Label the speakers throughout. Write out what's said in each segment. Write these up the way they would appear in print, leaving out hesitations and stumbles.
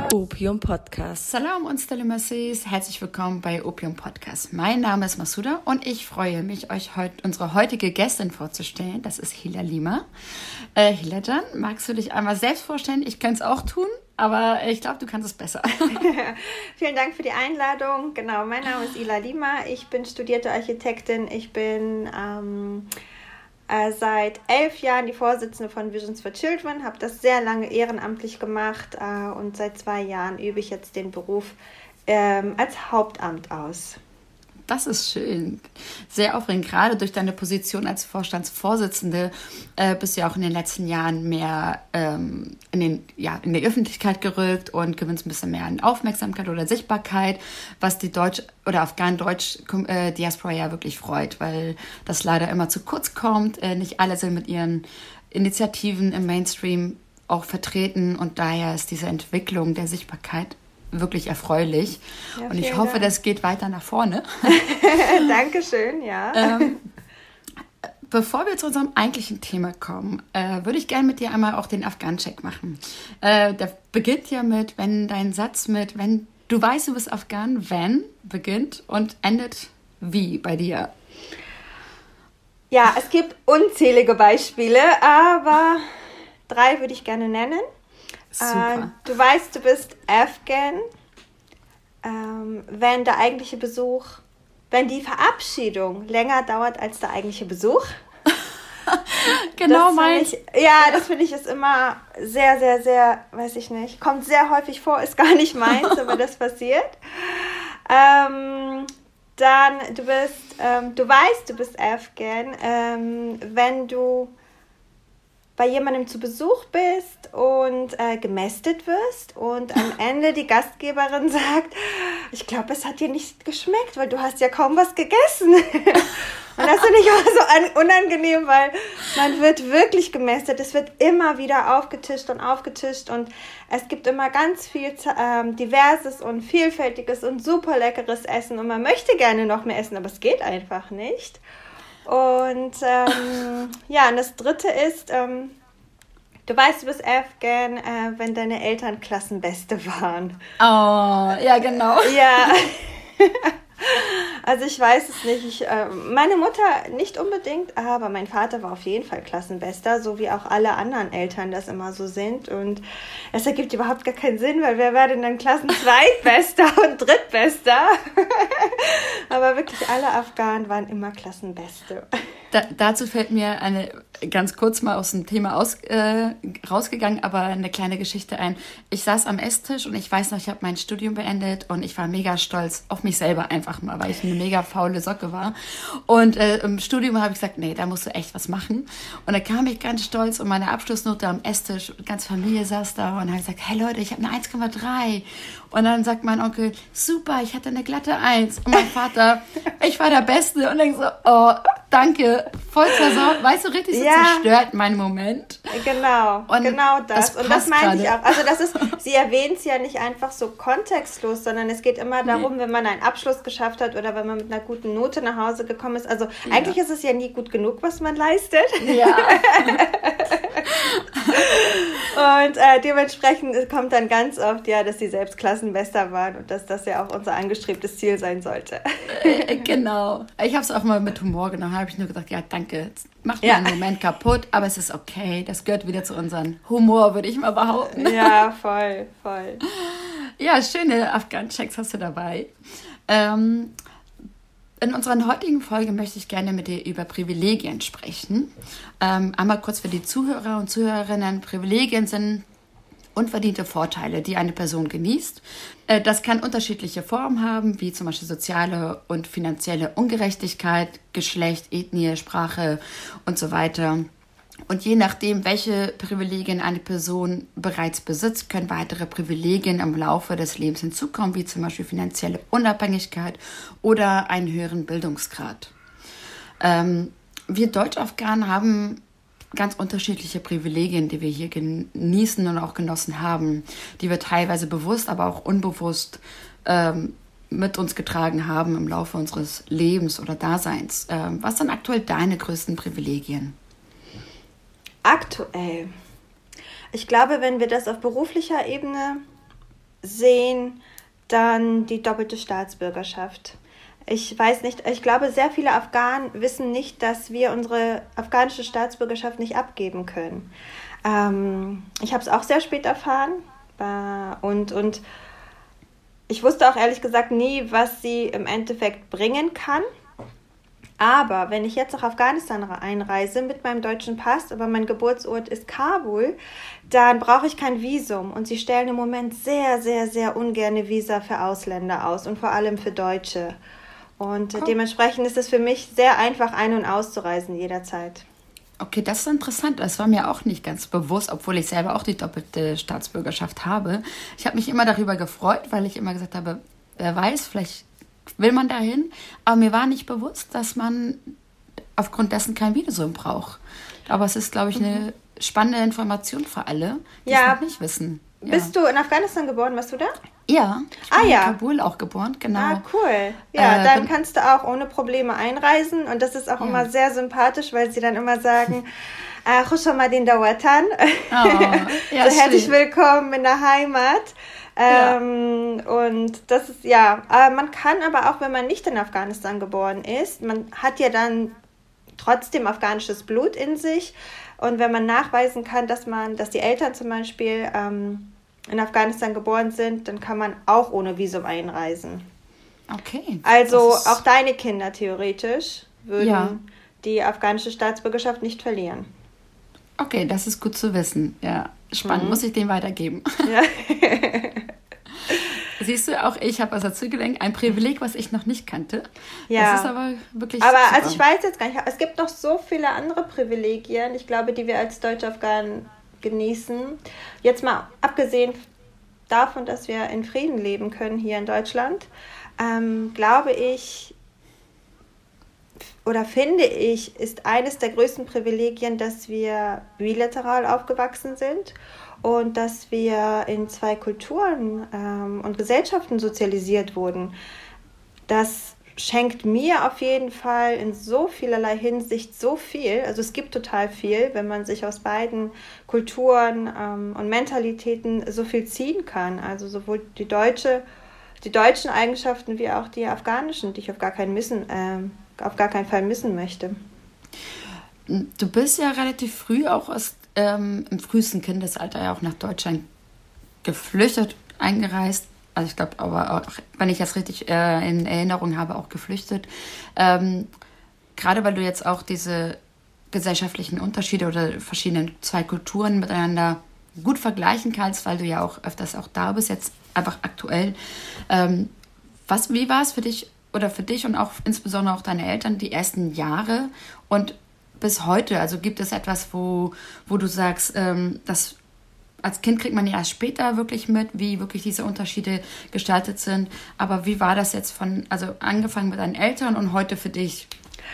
Speaker 1: Opium Podcast.
Speaker 2: Salam und Stelimasis, herzlich willkommen bei Opium Podcast. Mein Name ist Masuda und ich freue mich, euch unsere heutige Gästin vorzustellen. Das ist Hila Lima. Hilajan, magst du dich einmal selbst vorstellen? Ich könnte es auch tun, aber ich glaube, du kannst es besser.
Speaker 3: Vielen Dank für die Einladung. Genau, mein Name ist Hila Lima. Ich bin studierte Architektin. Ich bin seit 11 Jahren die Vorsitzende von Visions for Children, habe das sehr lange ehrenamtlich gemacht und seit 2 Jahren übe ich jetzt den Beruf als Hauptamt aus.
Speaker 2: Das ist schön. Sehr aufregend. Gerade durch deine Position als Vorstandsvorsitzende bist du ja auch in den letzten Jahren mehr in die Öffentlichkeit gerückt und gewinnst ein bisschen mehr an Aufmerksamkeit oder Sichtbarkeit, was die Afghan-Deutsch-Diaspora ja wirklich freut, weil das leider immer zu kurz kommt. Nicht alle sind mit ihren Initiativen im Mainstream auch vertreten und daher ist diese Entwicklung der Sichtbarkeit wirklich erfreulich. Ja, und ich hoffe, das geht weiter nach vorne.
Speaker 3: Dankeschön, ja.
Speaker 2: Bevor wir zu unserem eigentlichen Thema kommen, würde ich gerne mit dir einmal auch den Afghan-Check machen. Der beginnt ja mit, wenn du weißt, du bist Afghan, wenn beginnt und endet wie bei dir?
Speaker 3: Ja, es gibt unzählige Beispiele, aber 3 würde ich gerne nennen.
Speaker 2: Super.
Speaker 3: Du weißt, du bist Afghan, wenn die Verabschiedung länger dauert als der eigentliche Besuch.
Speaker 2: Genau
Speaker 3: das finde ich ist immer sehr, sehr, sehr, weiß ich nicht, kommt sehr häufig vor, ist gar nicht meins, aber das passiert. Dann, du weißt, du bist Afghan, wenn du bei jemandem zu Besuch bist und gemästet wirst und am Ende die Gastgeberin sagt, ich glaube, es hat dir nicht geschmeckt, weil du hast ja kaum was gegessen. Und das finde ich immer so unangenehm, weil man wird wirklich gemästet. Es wird immer wieder aufgetischt und es gibt immer ganz viel diverses und vielfältiges und super leckeres Essen und man möchte gerne noch mehr essen, aber es geht einfach nicht. Und und das 3. ist, du weißt, du bist Afghan, wenn deine Eltern Klassenbeste waren.
Speaker 2: Oh, ja, genau.
Speaker 3: Ja, also ich weiß es nicht. Meine Mutter nicht unbedingt, aber mein Vater war auf jeden Fall Klassenbester, so wie auch alle anderen Eltern das immer so sind. Und es ergibt überhaupt gar keinen Sinn, weil wer wäre denn dann Klassenzweitbester und Drittbester? Aber wirklich alle Afghanen waren immer Klassenbeste.
Speaker 2: Dazu fällt mir ganz kurz mal aus dem Thema rausgegangen, aber eine kleine Geschichte ein. Ich saß am Esstisch und ich weiß noch, ich habe mein Studium beendet und ich war mega stolz auf mich selber einfach mal, weil ich eine mega faule Socke war. Und im Studium habe ich gesagt, nee, da musst du echt was machen. Und da kam ich ganz stolz und meine Abschlussnote am Esstisch, die ganze Familie saß da und habe gesagt, hey Leute, ich habe eine 1,3. Und dann sagt mein Onkel, super, ich hatte eine glatte 1. Und mein Vater, ich war der Beste. Und ich so, oh, danke, voll zersorgt. Weißt du, richtig so zerstört mein Moment.
Speaker 3: Genau,
Speaker 2: und
Speaker 3: genau das. Und das meinte ich auch. Also sie erwähnt es ja nicht einfach so kontextlos, sondern es geht immer darum, wenn man einen Abschluss geschafft hat oder wenn man mit einer guten Note nach Hause gekommen ist. Also eigentlich ist es ja nie gut genug, was man leistet.
Speaker 2: Ja.
Speaker 3: Und dementsprechend kommt dann ganz oft, dass sie selbst Klassenbester waren und dass das ja auch unser angestrebtes Ziel sein sollte.
Speaker 2: Genau. Ich habe es auch mal mit Humor genommen. Da habe ich nur gesagt, ja, danke, macht meinen Moment kaputt, aber es ist okay. Das gehört wieder zu unserem Humor, würde ich mal behaupten.
Speaker 3: Ja, voll.
Speaker 2: Ja, schöne Afghan-Checks hast du dabei. In unserer heutigen Folge möchte ich gerne mit dir über Privilegien sprechen. Einmal kurz für die Zuhörer und Zuhörerinnen. Privilegien sind unverdiente Vorteile, die eine Person genießt. Das kann unterschiedliche Formen haben, wie zum Beispiel soziale und finanzielle Ungerechtigkeit, Geschlecht, Ethnie, Sprache und so weiter. Und je nachdem, welche Privilegien eine Person bereits besitzt, können weitere Privilegien im Laufe des Lebens hinzukommen, wie zum Beispiel finanzielle Unabhängigkeit oder einen höheren Bildungsgrad. Wir Deutsch-Afghanen haben ganz unterschiedliche Privilegien, die wir hier genießen und auch genossen haben, die wir teilweise bewusst, aber auch unbewusst mit uns getragen haben im Laufe unseres Lebens oder Daseins. Was sind aktuell deine größten Privilegien?
Speaker 3: Aktuell. Ich glaube, wenn wir das auf beruflicher Ebene sehen dann die doppelte Staatsbürgerschaft. Ich weiß nicht, ich glaube, sehr viele Afghanen wissen nicht, dass wir unsere afghanische Staatsbürgerschaft nicht abgeben können. Ich habe es auch sehr spät erfahren und ich wusste auch ehrlich gesagt nie, was sie im Endeffekt bringen kann. Aber wenn ich jetzt nach Afghanistan einreise mit meinem deutschen Pass, aber mein Geburtsort ist Kabul, dann brauche ich kein Visum. Und sie stellen im Moment sehr, sehr, sehr ungerne Visa für Ausländer aus und vor allem für Deutsche. Und dementsprechend ist es für mich sehr einfach, ein- und auszureisen jederzeit.
Speaker 2: Okay, das ist interessant. Das war mir auch nicht ganz bewusst, obwohl ich selber auch die doppelte Staatsbürgerschaft habe. Ich habe mich immer darüber gefreut, weil ich immer gesagt habe, wer weiß, vielleicht will man dahin. Aber mir war nicht bewusst, dass man aufgrund dessen kein Visum braucht. Aber es ist, glaube ich, eine spannende Information für alle, die es noch nicht wissen. Ja.
Speaker 3: Bist du in Afghanistan geboren? Warst du da?
Speaker 2: Ja, ich bin in Kabul auch geboren, genau.
Speaker 3: Ah, cool. Ja, dann kannst du auch ohne Probleme einreisen. Und das ist auch immer sehr sympathisch, weil sie dann immer sagen, Khush Amadin Dawatan. So herzlich willkommen in der Heimat. Und das ist, man kann aber auch, wenn man nicht in Afghanistan geboren ist, man hat ja dann trotzdem afghanisches Blut in sich. Und wenn man nachweisen kann, dass die Eltern zum Beispiel in Afghanistan geboren sind, dann kann man auch ohne Visum einreisen.
Speaker 2: Okay.
Speaker 3: Also auch deine Kinder theoretisch würden die afghanische Staatsbürgerschaft nicht verlieren.
Speaker 2: Okay, das ist gut zu wissen. Ja, spannend. Muss ich den weitergeben. Ja. Siehst du, auch ich habe was dazu gelernt, ein Privileg, was ich noch nicht kannte. Ja. Das ist aber wirklich
Speaker 3: super. Also ich weiß jetzt gar nicht, es gibt noch so viele andere Privilegien, ich glaube, die wir als deutsche Afghanen genießen. Jetzt mal abgesehen davon, dass wir in Frieden leben können hier in Deutschland, glaube ich, oder finde ich, ist eines der größten Privilegien, dass wir bilateral aufgewachsen sind und dass wir in zwei Kulturen und Gesellschaften sozialisiert wurden. Das schenkt mir auf jeden Fall in so vielerlei Hinsicht so viel. Also es gibt total viel, wenn man sich aus beiden Kulturen und Mentalitäten so viel ziehen kann. Also sowohl die deutschen Eigenschaften wie auch die afghanischen, die ich auf gar keinen Fall missen möchte.
Speaker 2: Du bist ja relativ früh auch im frühesten Kindesalter ja auch nach Deutschland geflüchtet, eingereist. Also ich glaube, aber auch, wenn ich das richtig in Erinnerung habe, auch geflüchtet. Gerade weil du jetzt auch diese gesellschaftlichen Unterschiede oder verschiedenen zwei Kulturen miteinander gut vergleichen kannst, weil du ja auch öfters auch da bist, jetzt einfach aktuell. Wie war es für dich und auch insbesondere auch deine Eltern die ersten Jahre und bis heute? Also gibt es etwas, wo du sagst, dass als Kind kriegt man ja erst später wirklich mit, wie wirklich diese Unterschiede gestaltet sind. Aber wie war das jetzt angefangen mit deinen Eltern und heute für dich?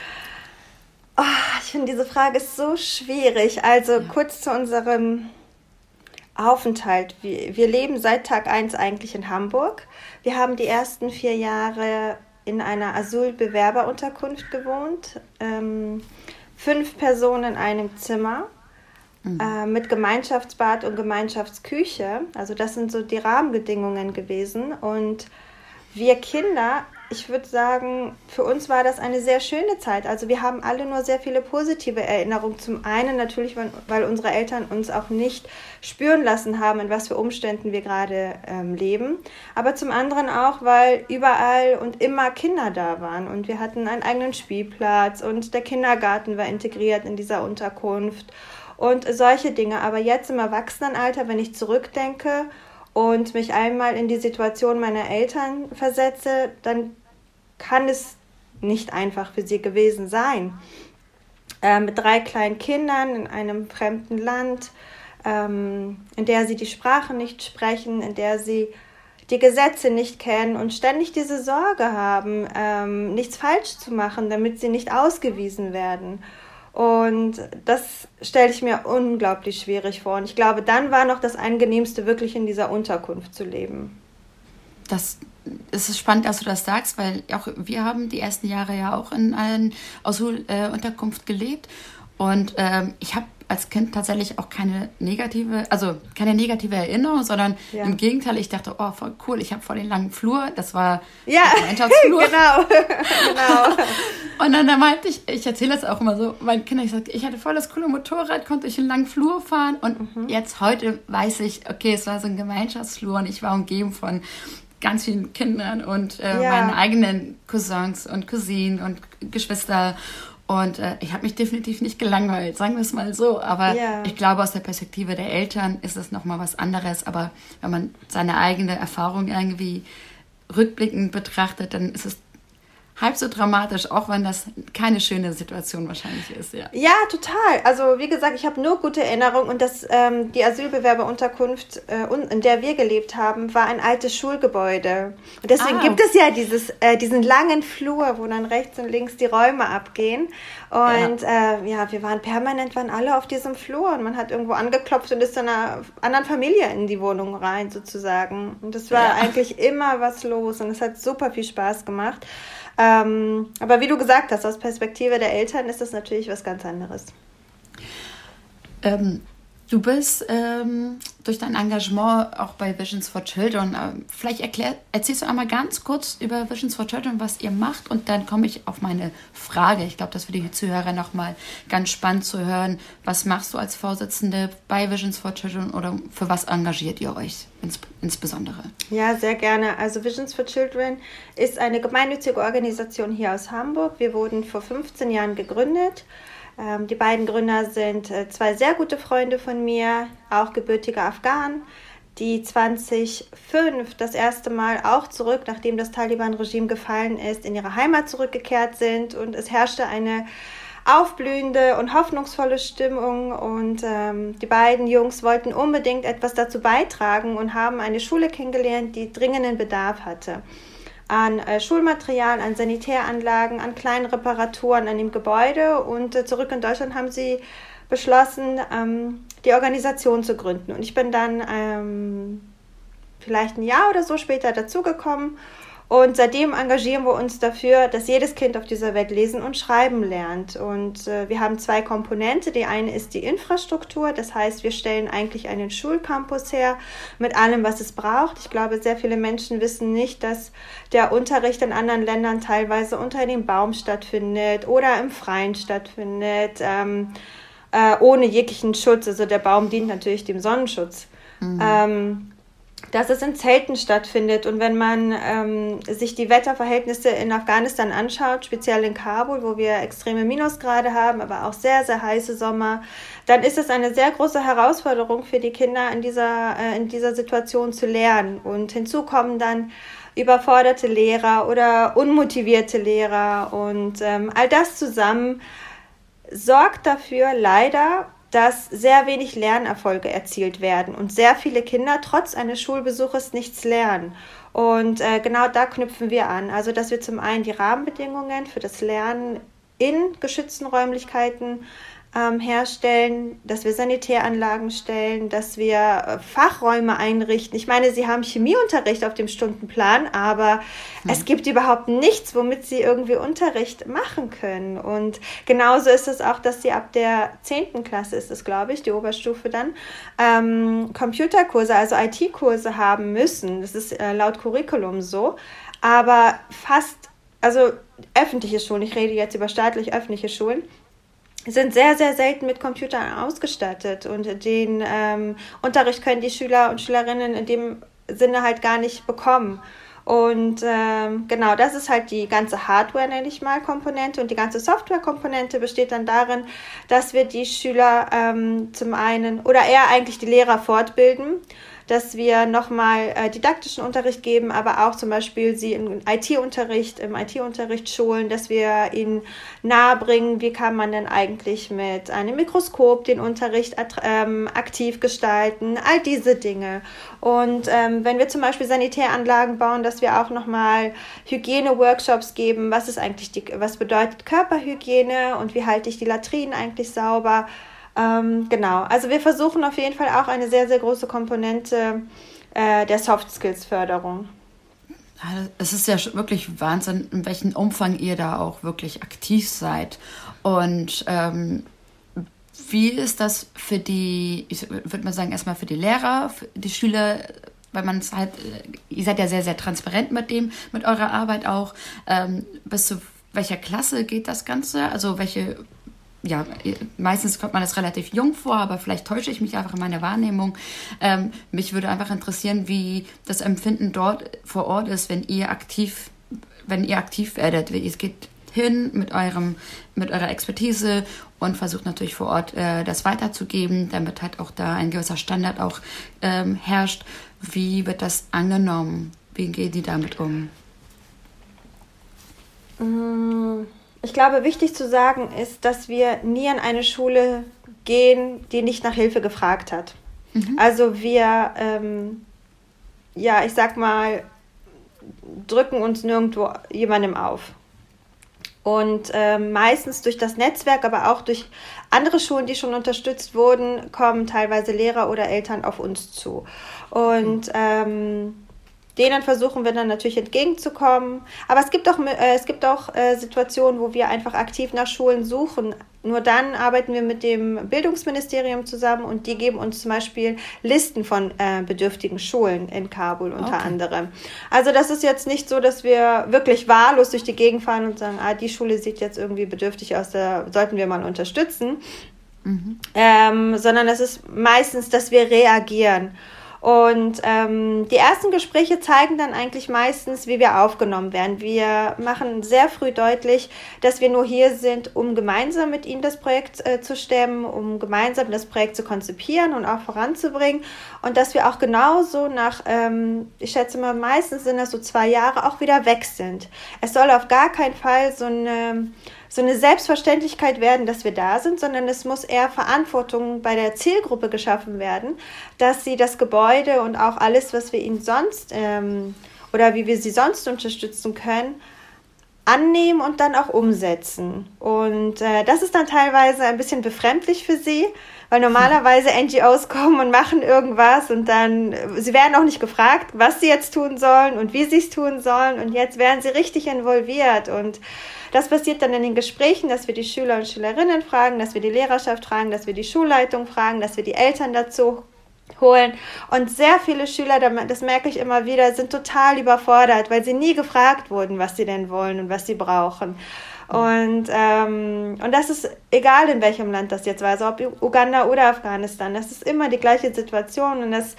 Speaker 3: Oh, ich finde, diese Frage ist so schwierig. Also kurz zu unserem Aufenthalt. Wir leben seit Tag 1 eigentlich in Hamburg. Wir haben die ersten 4 Jahre in einer Asylbewerberunterkunft gewohnt. 5 Personen in einem Zimmer. Mit Gemeinschaftsbad und Gemeinschaftsküche. Also das sind so die Rahmenbedingungen gewesen. Und wir Kinder, ich würde sagen, für uns war das eine sehr schöne Zeit. Also wir haben alle nur sehr viele positive Erinnerungen. Zum einen natürlich, weil unsere Eltern uns auch nicht spüren lassen haben, in was für Umständen wir gerade leben. Aber zum anderen auch, weil überall und immer Kinder da waren. Und wir hatten einen eigenen Spielplatz und der Kindergarten war integriert in dieser Unterkunft. Und solche Dinge. Aber jetzt im Erwachsenenalter, wenn ich zurückdenke und mich einmal in die Situation meiner Eltern versetze, dann kann es nicht einfach für sie gewesen sein. Mit 3 kleinen Kindern in einem fremden Land, in der sie die Sprache nicht sprechen, in der sie die Gesetze nicht kennen und ständig diese Sorge haben, nichts falsch zu machen, damit sie nicht ausgewiesen werden. Und das stelle ich mir unglaublich schwierig vor. Und ich glaube, dann war noch das Angenehmste, wirklich in dieser Unterkunft zu leben.
Speaker 2: Das ist spannend, dass du das sagst, weil auch wir haben die ersten Jahre ja auch in einer Asylunterkunft gelebt. Und ich habe als Kind tatsächlich auch keine negative Erinnerung, sondern im Gegenteil, ich dachte, oh, voll cool, ich habe voll den langen Flur, das war
Speaker 3: der
Speaker 2: Gemeinschaftsflur.
Speaker 3: genau.
Speaker 2: Und dann meinte ich erzähle das auch immer so meinen Kindern, ich sage, ich hatte voll das coole Motorrad, konnte durch einen langen Flur fahren und jetzt heute weiß ich, okay, es war so ein Gemeinschaftsflur und ich war umgeben von ganz vielen Kindern und meinen eigenen Cousins und Cousinen und Geschwister. Und ich habe mich definitiv nicht gelangweilt, sagen wir es mal so. Aber ich glaube, aus der Perspektive der Eltern ist es nochmal was anderes. Aber wenn man seine eigene Erfahrung irgendwie rückblickend betrachtet, dann ist es halb so dramatisch, auch wenn das keine schöne Situation wahrscheinlich ist.
Speaker 3: Ja, total. Also wie gesagt, ich habe nur gute Erinnerungen und die Asylbewerberunterkunft, in der wir gelebt haben, war ein altes Schulgebäude. Und deswegen gibt es ja diesen langen Flur, wo dann rechts und links die Räume abgehen. Und wir waren alle auf diesem Flur und man hat irgendwo angeklopft und ist zu einer anderen Familie in die Wohnung rein sozusagen. Und es war eigentlich immer was los und es hat super viel Spaß gemacht. Aber wie du gesagt hast, aus Perspektive der Eltern ist das natürlich was ganz anderes.
Speaker 2: Du bist durch dein Engagement auch bei Visions for Children. Vielleicht erzählst du einmal ganz kurz über Visions for Children, was ihr macht, und dann komme ich auf meine Frage. Ich glaube, das für die Zuhörer nochmal ganz spannend zu hören. Was machst du als Vorsitzende bei Visions for Children oder für was engagiert ihr euch insbesondere?
Speaker 3: Ja, sehr gerne. Also Visions for Children ist eine gemeinnützige Organisation hier aus Hamburg. Wir wurden vor 15 Jahren gegründet. Die beiden Gründer sind zwei sehr gute Freunde von mir, auch gebürtige Afghanen, die 2005 das erste Mal auch zurück, nachdem das Taliban-Regime gefallen ist, in ihre Heimat zurückgekehrt sind. Und es herrschte eine aufblühende und hoffnungsvolle Stimmung. Und die beiden Jungs wollten unbedingt etwas dazu beitragen und haben eine Schule kennengelernt, die dringenden Bedarf hatte an Schulmaterial, an Sanitäranlagen, an kleinen Reparaturen an dem Gebäude. Und zurück in Deutschland haben sie beschlossen, die Organisation zu gründen. Und ich bin dann vielleicht ein Jahr oder so später dazugekommen. Und seitdem engagieren wir uns dafür, dass jedes Kind auf dieser Welt lesen und schreiben lernt. Und wir haben zwei Komponente. Die eine ist die Infrastruktur. Das heißt, wir stellen eigentlich einen Schulcampus her mit allem, was es braucht. Ich glaube, sehr viele Menschen wissen nicht, dass der Unterricht in anderen Ländern teilweise unter dem Baum stattfindet oder im Freien stattfindet, ohne jeglichen Schutz. Also der Baum dient natürlich dem Sonnenschutz. Dass es in Zelten stattfindet. Und wenn man sich die Wetterverhältnisse in Afghanistan anschaut, speziell in Kabul, wo wir extreme Minusgrade haben, aber auch sehr, sehr heiße Sommer, dann ist es eine sehr große Herausforderung für die Kinder, in dieser Situation zu lernen. Und hinzu kommen dann überforderte Lehrer oder unmotivierte Lehrer. Und all das zusammen sorgt dafür leider, dass sehr wenig Lernerfolge erzielt werden und sehr viele Kinder trotz eines Schulbesuches nichts lernen. Und genau da knüpfen wir an. Also, dass wir zum einen die Rahmenbedingungen für das Lernen in geschützten Räumlichkeiten herstellen, dass wir Sanitäranlagen stellen, dass wir Fachräume einrichten. Ich meine, sie haben Chemieunterricht auf dem Stundenplan, aber es gibt überhaupt nichts, womit sie irgendwie Unterricht machen können. Und genauso ist es auch, dass sie ab der 10. Klasse, ist es, glaube ich, die Oberstufe dann, Computerkurse, also IT-Kurse haben müssen. Das ist laut Curriculum so. Aber also öffentliche Schulen, ich rede jetzt über staatlich-öffentliche Schulen, sind sehr, sehr selten mit Computern ausgestattet, und den Unterricht können die Schüler und Schülerinnen in dem Sinne halt gar nicht bekommen. Und genau, das ist halt die ganze Hardware, nenne ich mal, Komponente, und die ganze Software-Komponente besteht dann darin, dass wir die Schüler zum einen, oder eher eigentlich die Lehrer fortbilden, dass wir nochmal didaktischen Unterricht geben, aber auch zum Beispiel sie im IT-Unterricht schulen, dass wir ihnen nahebringen, wie kann man denn eigentlich mit einem Mikroskop den Unterricht aktiv gestalten, all diese Dinge. Und wenn wir zum Beispiel Sanitäranlagen bauen, dass wir auch nochmal Hygiene-Workshops geben, was bedeutet Körperhygiene und wie halte ich die Latrinen eigentlich sauber. Genau, also wir versuchen auf jeden Fall auch eine sehr, sehr große Komponente der Soft-Skills-Förderung.
Speaker 2: Es ist ja wirklich Wahnsinn, in welchem Umfang ihr da auch wirklich aktiv seid. Und wie ist das für die, ich würde mal sagen, erstmal für die Lehrer, für die Schüler, weil man es halt, ihr seid ja sehr, sehr transparent mit eurer Arbeit auch. Bis zu welcher Klasse geht das Ganze? Also welche, ja, meistens kommt man das relativ jung vor, aber vielleicht täusche ich mich einfach in meiner Wahrnehmung. Mich würde einfach interessieren, wie das Empfinden dort vor Ort ist, wenn ihr aktiv werdet. Es geht hin mit eurer Expertise und versucht natürlich vor Ort das weiterzugeben, damit halt auch da ein gewisser Standard auch herrscht. Wie wird das angenommen? Wie gehen die damit um?
Speaker 3: Ich glaube, wichtig zu sagen ist, dass wir nie an eine Schule gehen, die nicht nach Hilfe gefragt hat. Also wir, ich sag mal, drücken uns nirgendwo jemandem auf. Und meistens durch das Netzwerk, aber auch durch andere Schulen, die schon unterstützt wurden, kommen teilweise Lehrer oder Eltern auf uns zu. Und denen versuchen wir dann natürlich entgegenzukommen. Aber es gibt auch Situationen, wo wir einfach aktiv nach Schulen suchen. Nur dann arbeiten wir mit dem Bildungsministerium zusammen und die geben uns zum Beispiel Listen von bedürftigen Schulen in Kabul unter anderem. Also das ist jetzt nicht so, dass wir wirklich wahllos durch die Gegend fahren und sagen, die Schule sieht jetzt irgendwie bedürftig aus, da sollten wir mal unterstützen. Sondern es ist meistens, dass wir reagieren. Und die ersten Gespräche zeigen dann eigentlich meistens, wie wir aufgenommen werden. Wir machen sehr früh deutlich, dass wir nur hier sind, um gemeinsam mit ihnen das Projekt zu stemmen, um gemeinsam das Projekt zu konzipieren und auch voranzubringen. Und dass wir auch genauso nach, ich schätze mal, meistens sind das so 2 Jahre, auch wieder weg sind. Es soll auf gar keinen Fall so eine Selbstverständlichkeit werden, dass wir da sind, sondern es muss eher Verantwortung bei der Zielgruppe geschaffen werden, dass sie das Gebäude und auch alles, was wir ihnen sonst oder wie wir sie sonst unterstützen können, annehmen und dann auch umsetzen. Und das ist dann teilweise ein bisschen befremdlich für sie, weil normalerweise NGOs kommen und machen irgendwas und dann, sie werden auch nicht gefragt, was sie jetzt tun sollen und wie sie es tun sollen und jetzt werden sie richtig involviert und das passiert dann in den Gesprächen, dass wir die Schüler und Schülerinnen fragen, dass wir die Lehrerschaft fragen, dass wir die Schulleitung fragen, dass wir die Eltern dazu holen. Und sehr viele Schüler, das merke ich immer wieder, sind total überfordert, weil sie nie gefragt wurden, was sie denn wollen und was sie brauchen. Und das ist egal, in welchem Land das jetzt war, also ob Uganda oder Afghanistan, das ist immer die gleiche Situation und das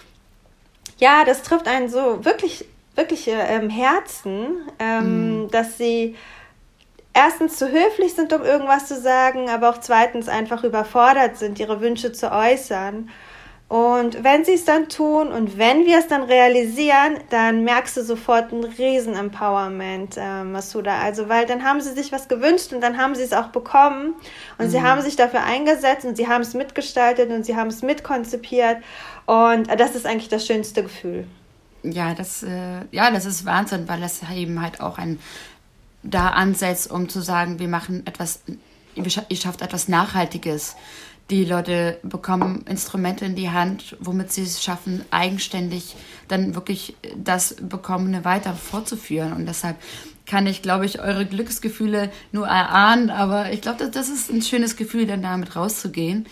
Speaker 3: trifft einen so wirklich im Herzen, dass sie erstens zu höflich sind, um irgendwas zu sagen, aber auch zweitens einfach überfordert sind, ihre Wünsche zu äußern. Und wenn sie es dann tun und wenn wir es dann realisieren, dann merkst du sofort ein Riesen-Empowerment, Masuda. Also, weil dann haben sie sich was gewünscht und dann haben sie es auch bekommen und sie haben sich dafür eingesetzt und sie haben es mitgestaltet und sie haben es mitkonzipiert und das ist eigentlich das schönste Gefühl.
Speaker 2: Ja, das ist Wahnsinn, weil das eben halt auch da ansetzt, um zu sagen, wir machen etwas, ihr schafft etwas Nachhaltiges. Die Leute bekommen Instrumente in die Hand, womit sie es schaffen, eigenständig dann wirklich das Bekommene weiter fortzuführen. Und deshalb kann ich, glaube ich, eure Glücksgefühle nur erahnen, aber ich glaube, das ist ein schönes Gefühl, dann damit rauszugehen.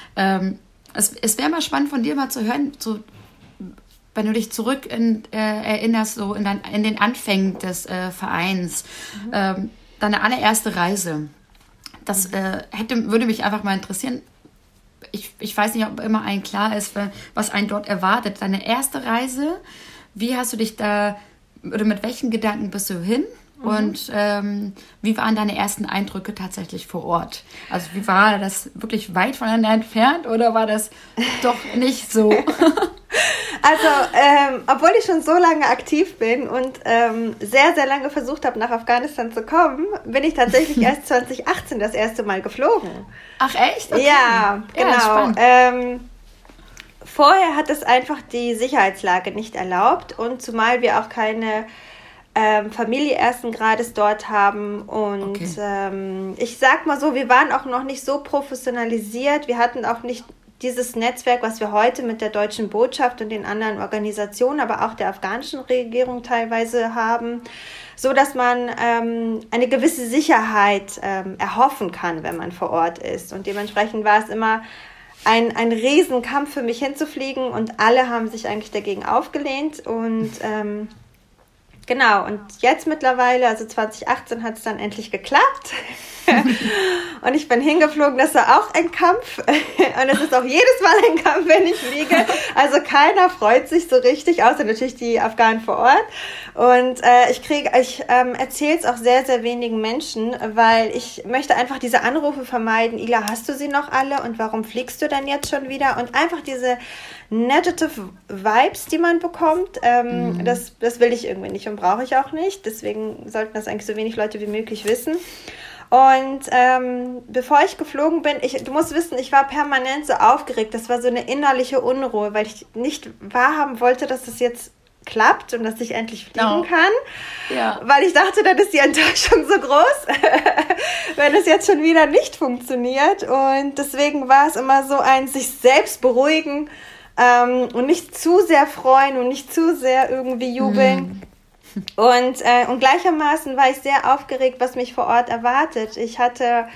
Speaker 2: Es wäre mal spannend von dir mal zu hören, so, wenn du dich zurück erinnerst, so in den Anfängen des Vereins, deine allererste Reise. Das würde mich einfach mal interessieren. Ich weiß nicht, ob immer allen klar ist, was einen dort erwartet. Deine erste Reise, wie hast du dich da, oder mit welchen Gedanken bist du hin? Und wie waren deine ersten Eindrücke tatsächlich vor Ort? Also wie war das wirklich weit voneinander entfernt oder war das doch nicht so?
Speaker 3: Also, obwohl ich schon so lange aktiv bin und sehr, sehr lange versucht habe, nach Afghanistan zu kommen, bin ich tatsächlich erst 2018 das erste Mal geflogen.
Speaker 2: Ach echt? Okay.
Speaker 3: Ja, genau. Ja, vorher hat es einfach die Sicherheitslage nicht erlaubt und zumal wir auch keine Familie ersten Grades dort haben und ich sag mal so, wir waren auch noch nicht so professionalisiert, wir hatten auch nicht dieses Netzwerk, was wir heute mit der Deutschen Botschaft und den anderen Organisationen, aber auch der afghanischen Regierung teilweise haben, so dass man eine gewisse Sicherheit erhoffen kann, wenn man vor Ort ist. Und dementsprechend war es immer ein Riesenkampf für mich hinzufliegen und alle haben sich eigentlich dagegen aufgelehnt und genau, und jetzt mittlerweile, also 2018 hat es dann endlich geklappt und ich bin hingeflogen, das war auch ein Kampf und es ist auch jedes Mal ein Kampf, wenn ich fliege, also keiner freut sich so richtig, außer natürlich die Afghanen vor Ort und ich erzähle es auch sehr, sehr wenigen Menschen, weil ich möchte einfach diese Anrufe vermeiden, Ila, hast du sie noch alle und warum fliegst du denn jetzt schon wieder und einfach diese negative Vibes, die man bekommt, das will ich irgendwie nicht und brauche ich auch nicht, deswegen sollten das eigentlich so wenig Leute wie möglich wissen. Und bevor ich geflogen bin, du musst wissen, ich war permanent so aufgeregt. Das war so eine innerliche Unruhe, weil ich nicht wahrhaben wollte, dass es jetzt klappt und dass ich endlich fliegen kann. Ja. Weil ich dachte, dann ist die Enttäuschung so groß, wenn es jetzt schon wieder nicht funktioniert. Und deswegen war es immer so ein sich selbst beruhigen und nicht zu sehr freuen und nicht zu sehr irgendwie jubeln. Und gleichermaßen war ich sehr aufgeregt, was mich vor Ort erwartet. Ich hatte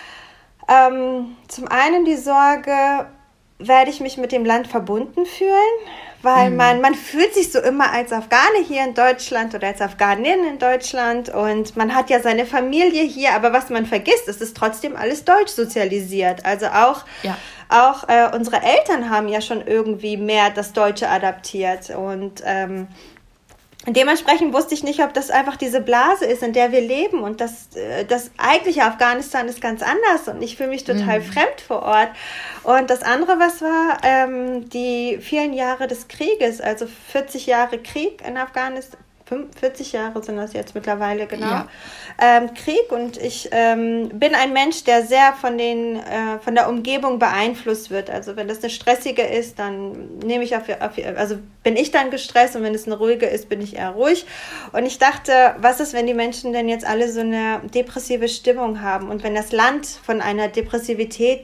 Speaker 3: zum einen die Sorge, werde ich mich mit dem Land verbunden fühlen? Weil man fühlt sich so immer als Afghane hier in Deutschland oder als Afghanin in Deutschland und man hat ja seine Familie hier, aber was man vergisst, es ist trotzdem alles deutsch sozialisiert. Also auch unsere Eltern haben ja schon irgendwie mehr das Deutsche adaptiert und dementsprechend wusste ich nicht, ob das einfach diese Blase ist, in der wir leben und das eigentliche Afghanistan ist ganz anders und ich fühle mich total fremd vor Ort. Und das andere, was war, die vielen Jahre des Krieges, also 40 Jahre Krieg in Afghanistan, 40 Jahre sind das jetzt mittlerweile, genau, Krieg und ich bin ein Mensch, der sehr von der Umgebung beeinflusst wird. Also wenn das eine stressige ist, dann bin ich dann gestresst und wenn es eine ruhige ist, bin ich eher ruhig. Und ich dachte, was ist, wenn die Menschen denn jetzt alle so eine depressive Stimmung haben und wenn das Land von einer Depressivität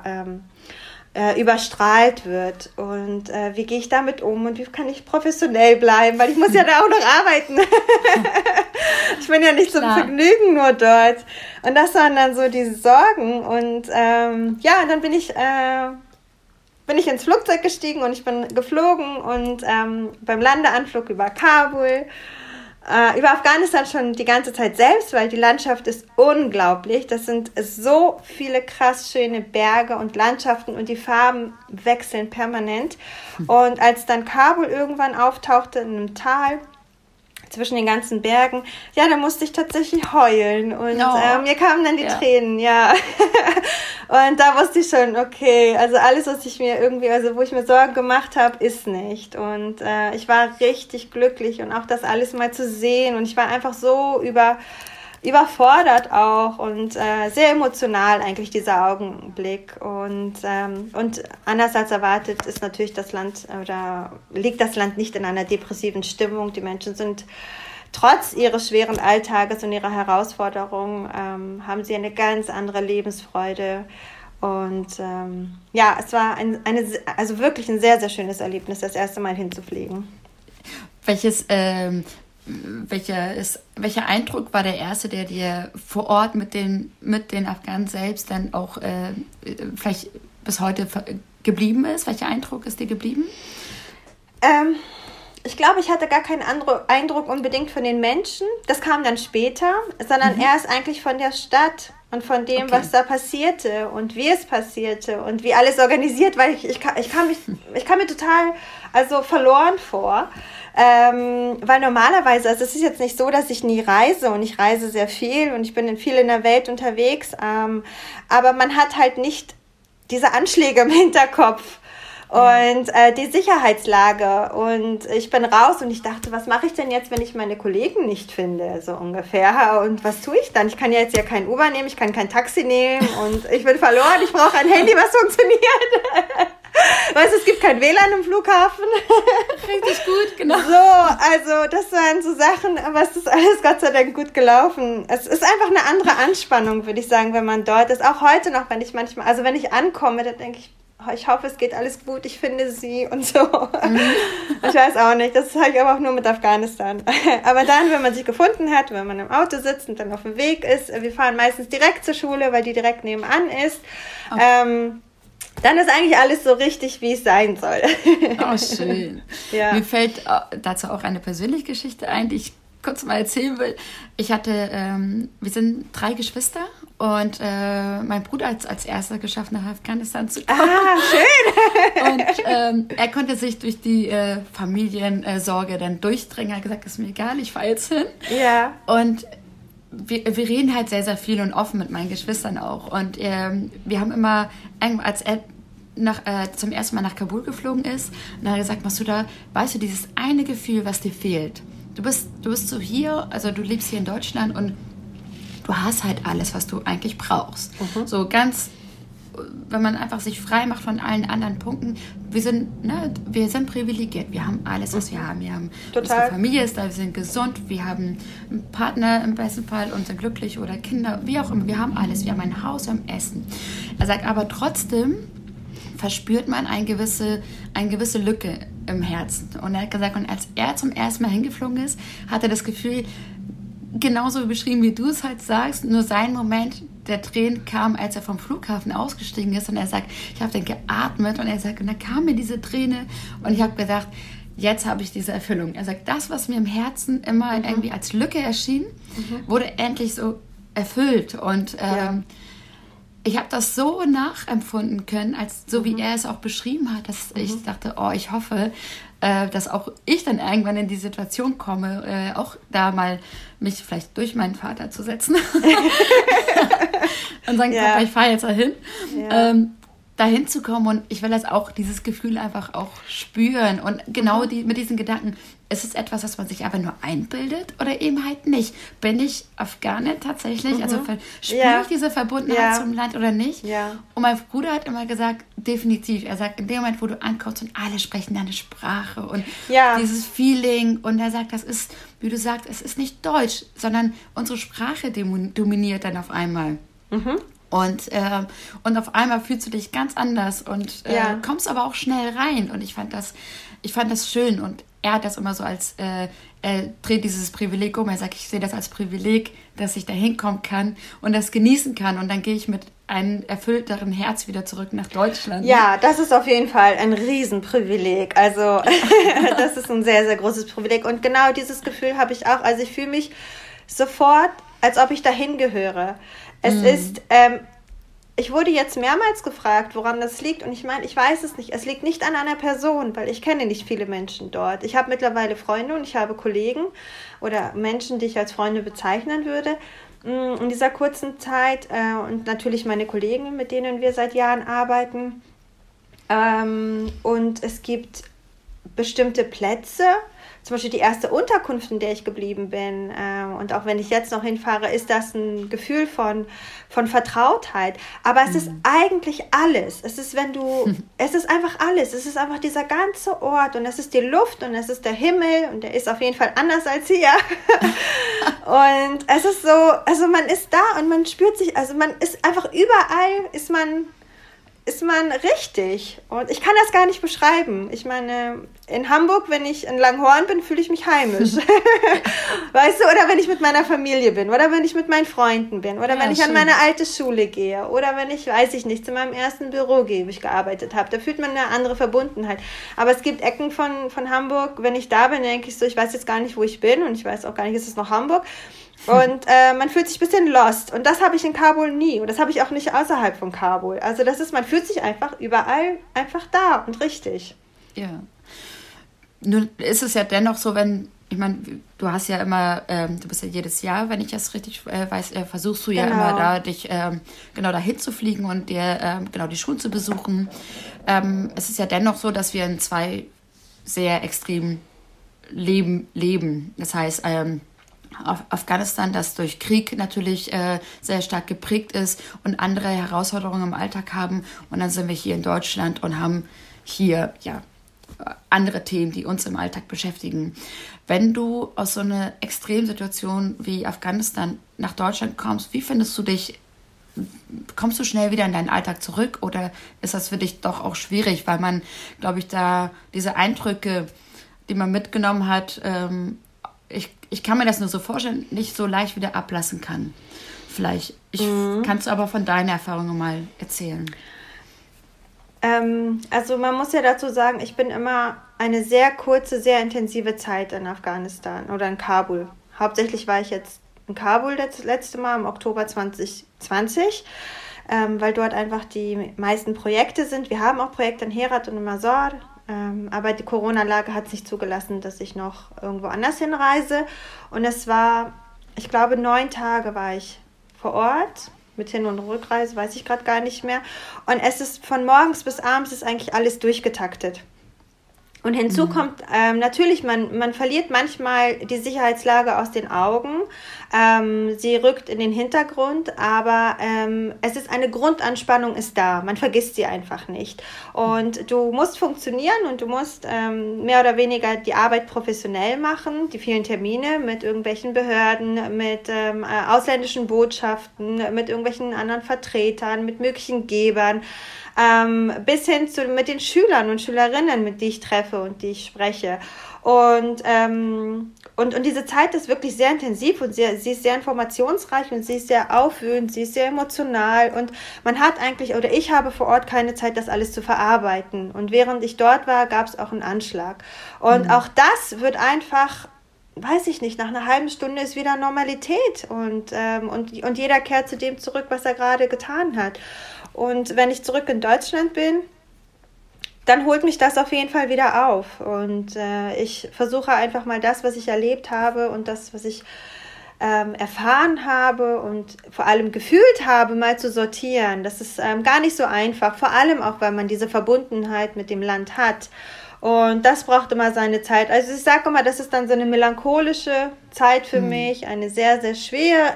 Speaker 3: überstrahlt wird und wie gehe ich damit um und wie kann ich professionell bleiben, weil ich muss ja da auch noch arbeiten. Ich bin ja nicht zum Vergnügen nur dort. Und das waren dann so diese Sorgen und und dann bin ich ins Flugzeug gestiegen und ich bin geflogen und beim Landeanflug über Kabul, über Afghanistan schon die ganze Zeit selbst, weil die Landschaft ist unglaublich. Das sind so viele krass schöne Berge und Landschaften und die Farben wechseln permanent. Und als dann Kabul irgendwann auftauchte in einem Tal zwischen den ganzen Bergen, da musste ich tatsächlich heulen und mir kamen dann die Tränen, und da wusste ich schon, okay, also alles, was ich mir irgendwie, also wo ich mir Sorgen gemacht habe, ist nicht und ich war richtig glücklich und auch das alles mal zu sehen und ich war einfach so überfordert auch und sehr emotional eigentlich dieser Augenblick und anders als erwartet ist natürlich das Land oder liegt das Land nicht in einer depressiven Stimmung. Die Menschen sind trotz ihres schweren Alltages und ihrer Herausforderungen haben sie eine ganz andere Lebensfreude und es war also wirklich ein sehr, sehr schönes Erlebnis, das erste Mal hinzufliegen.
Speaker 2: Welcher Eindruck war der erste, der dir vor Ort mit den Afghanen selbst dann auch vielleicht bis heute geblieben ist? Welcher Eindruck ist dir geblieben?
Speaker 3: Ich glaube, ich hatte gar keinen Eindruck unbedingt von den Menschen. Das kam dann später, sondern erst eigentlich von der Stadt und von dem, was da passierte und wie es passierte und wie alles organisiert, weil ich kam mir total verloren vor. Weil normalerweise, also es ist jetzt nicht so, dass ich nie reise und ich reise sehr viel und ich bin viel in der Welt unterwegs, aber man hat halt nicht diese Anschläge im Hinterkopf und die Sicherheitslage und ich bin raus und ich dachte, was mache ich denn jetzt, wenn ich meine Kollegen nicht finde, so ungefähr und was tue ich dann? Ich kann ja jetzt kein Uber nehmen, ich kann kein Taxi nehmen und ich bin verloren, ich brauche ein Handy, was funktioniert. Weißt du, es gibt kein WLAN im Flughafen.
Speaker 2: Richtig gut, genau.
Speaker 3: So, also das waren so Sachen, aber es ist alles Gott sei Dank gut gelaufen. Es ist einfach eine andere Anspannung, würde ich sagen, wenn man dort ist. Auch heute noch, wenn ich ankomme, dann denke ich, ich hoffe, es geht alles gut, ich finde sie und so. Ich weiß auch nicht, das habe ich aber auch nur mit Afghanistan. Aber dann, wenn man sich gefunden hat, wenn man im Auto sitzt und dann auf dem Weg ist, wir fahren meistens direkt zur Schule, weil die direkt nebenan ist, dann ist eigentlich alles so richtig, wie es sein soll.
Speaker 2: Oh, schön. Ja. Mir fällt dazu auch eine persönliche Geschichte ein, die ich kurz mal erzählen will. Ich hatte, wir sind 3 Geschwister und mein Bruder hat es als erster geschafft, nach Afghanistan zu kommen.
Speaker 3: Ah, schön!
Speaker 2: Und er konnte sich durch die Familiensorge dann durchdringen. Er hat gesagt, ist mir egal, ich fahre jetzt hin.
Speaker 3: Ja.
Speaker 2: Und wir reden halt sehr, sehr viel und offen mit meinen Geschwistern auch. Und wir haben immer, als er zum ersten Mal nach Kabul geflogen ist, dann hat er gesagt, Masuda, weißt du, dieses eine Gefühl, was dir fehlt? Du bist so hier, also du lebst hier in Deutschland und du hast halt alles, was du eigentlich brauchst. So ganz, wenn man einfach sich frei macht von allen anderen Punkten. Wir sind privilegiert. Wir haben alles, was wir haben. Wir haben unsere Familie ist da, wir sind gesund, wir haben einen Partner im besten Fall und sind glücklich oder Kinder, wie auch immer. Wir haben alles. Wir haben ein Haus, wir haben Essen. Er sagt aber trotzdem, verspürt man eine gewisse Lücke im Herzen. Und er hat gesagt, und als er zum ersten Mal hingeflogen ist, hat er das Gefühl, genauso beschrieben, wie du es halt sagst, nur sein Moment der Tränen kam, als er vom Flughafen ausgestiegen ist. Und er sagt, ich habe dann geatmet und er sagt, und da kam mir diese Träne und ich habe gedacht, jetzt habe ich diese Erfüllung. Er sagt, das, was mir im Herzen immer irgendwie als Lücke erschien, wurde endlich so erfüllt. Und ich habe das so nachempfunden können, als so wie er es auch beschrieben hat, dass ich dachte, ich hoffe, dass auch ich dann irgendwann in die Situation komme, auch da mal mich vielleicht durch meinen Vater zu setzen und sagen, Papa, ich fahre jetzt dahin, dahin zu kommen und ich will das auch, dieses Gefühl einfach auch spüren und genau mit diesen Gedanken, ist es etwas, was man sich aber nur einbildet oder eben halt nicht? Bin ich Afghane tatsächlich? Also spüre ich diese Verbundenheit zum Land oder nicht?
Speaker 3: Ja.
Speaker 2: Und mein Bruder hat immer gesagt, definitiv. Er sagt, in dem Moment, wo du ankommst und alle sprechen deine Sprache und dieses Feeling und er sagt, das ist, wie du sagst, es ist nicht Deutsch, sondern unsere Sprache dominiert dann auf einmal. Und auf einmal fühlst du dich ganz anders und kommst aber auch schnell rein. Und ich fand das schön. Und er hat das immer so als, er dreht dieses Privileg um. Er sagt, ich sehe das als Privileg, dass ich da hinkommen kann und das genießen kann. Und dann gehe ich mit einem erfüllteren Herz wieder zurück nach Deutschland.
Speaker 3: Ja, das ist auf jeden Fall ein Riesenprivileg. Also das ist ein sehr, sehr großes Privileg. Und genau dieses Gefühl habe ich auch. Also ich fühle mich sofort, als ob ich dahin gehöre. Es ist, ich wurde jetzt mehrmals gefragt, woran das liegt und ich meine, ich weiß es nicht. Es liegt nicht an einer Person, weil ich kenne nicht viele Menschen dort. Ich habe mittlerweile Freunde und ich habe Kollegen oder Menschen, die ich als Freunde bezeichnen würde in dieser kurzen Zeit und natürlich meine Kollegen, mit denen wir seit Jahren arbeiten. Und es gibt bestimmte Plätze, zum Beispiel die erste Unterkunft, in der ich geblieben bin und auch wenn ich jetzt noch hinfahre, ist das ein Gefühl von Vertrautheit. Aber es ist eigentlich alles. Es ist einfach alles. Es ist einfach dieser ganze Ort und es ist die Luft und es ist der Himmel und der ist auf jeden Fall anders als hier. Und es ist so, also man ist da und man spürt sich, also man ist einfach überall, ist man richtig. Und ich kann das gar nicht beschreiben. Ich meine, in Hamburg, wenn ich in Langhorn bin, fühle ich mich heimisch. Weißt du, oder wenn ich mit meiner Familie bin, oder wenn ich mit meinen Freunden bin, oder wenn ich an meine alte Schule gehe, oder wenn ich, weiß ich nicht, zu meinem ersten Büro gehe, wo ich gearbeitet habe. Da fühlt man eine andere Verbundenheit. Aber es gibt Ecken von Hamburg, wenn ich da bin, denke ich so, ich weiß jetzt gar nicht, wo ich bin und ich weiß auch gar nicht, ist es noch Hamburg? Und man fühlt sich ein bisschen lost. Und das habe ich in Kabul nie. Und das habe ich auch nicht außerhalb von Kabul. Also man fühlt sich einfach überall einfach da und richtig.
Speaker 2: Ja. Nun ist es ja dennoch so, ich meine, du hast ja immer, du bist ja jedes Jahr, wenn ich das richtig weiß, versuchst du ja immer da, dich dahin zu fliegen und dir die Schulen zu besuchen. Es ist ja dennoch so, dass wir in 2 sehr extremen Leben. Das heißt, Afghanistan, das durch Krieg natürlich sehr stark geprägt ist und andere Herausforderungen im Alltag haben. Und dann sind wir hier in Deutschland und haben hier andere Themen, die uns im Alltag beschäftigen. Wenn du aus so einer Extremsituation wie Afghanistan nach Deutschland kommst, wie findest du dich kommst du schnell wieder in deinen Alltag zurück oder ist das für dich doch auch schwierig, weil man, glaube ich, da diese Eindrücke, die man mitgenommen hat, ich kann mir das nur so vorstellen, nicht so leicht wieder ablassen kann. Vielleicht. Kannst du aber von deinen Erfahrungen mal erzählen.
Speaker 3: Also man muss ja dazu sagen, ich bin immer eine sehr kurze, sehr intensive Zeit in Afghanistan oder in Kabul. Hauptsächlich war ich jetzt in Kabul das letzte Mal im Oktober 2020, weil dort einfach die meisten Projekte sind. Wir haben auch Projekte in Herat und in Mazar, aber die Corona-Lage hat es nicht zugelassen, dass ich noch irgendwo anders hinreise. Und es war, ich glaube, 9 Tage war ich vor Ort. Mit Hin- und Rückreise weiß ich gerade gar nicht mehr. Und es ist von morgens bis abends ist eigentlich alles durchgetaktet. Und hinzu kommt natürlich, man verliert manchmal die Sicherheitslage aus den Augen. Sie rückt in den Hintergrund, aber es ist eine Grundanspannung ist da. Man vergisst sie einfach nicht. Und du musst funktionieren und du musst mehr oder weniger die Arbeit professionell machen, die vielen Termine mit irgendwelchen Behörden, mit ausländischen Botschaften, mit irgendwelchen anderen Vertretern, mit möglichen Gebern. Bis hin zu mit den Schülern und Schülerinnen, mit die ich treffe und die ich spreche. Und diese Zeit ist wirklich sehr intensiv und sie ist sehr informationsreich und sie ist sehr aufwühlend, sie ist sehr emotional und man hat eigentlich, oder ich habe vor Ort keine Zeit, das alles zu verarbeiten. Und während ich dort war, gab es auch einen Anschlag. Und auch das wird einfach, weiß ich nicht, nach einer halben Stunde ist wieder Normalität und jeder kehrt zu dem zurück, was er gerade getan hat. Und wenn ich zurück in Deutschland bin, dann holt mich das auf jeden Fall wieder auf. Und ich versuche einfach mal das, was ich erlebt habe und das, was ich erfahren habe und vor allem gefühlt habe, mal zu sortieren. Das ist gar nicht so einfach, vor allem auch, weil man diese Verbundenheit mit dem Land hat. Und das braucht immer seine Zeit. Also ich sage immer, das ist dann so eine melancholische Zeit für mich, eine sehr, sehr schwer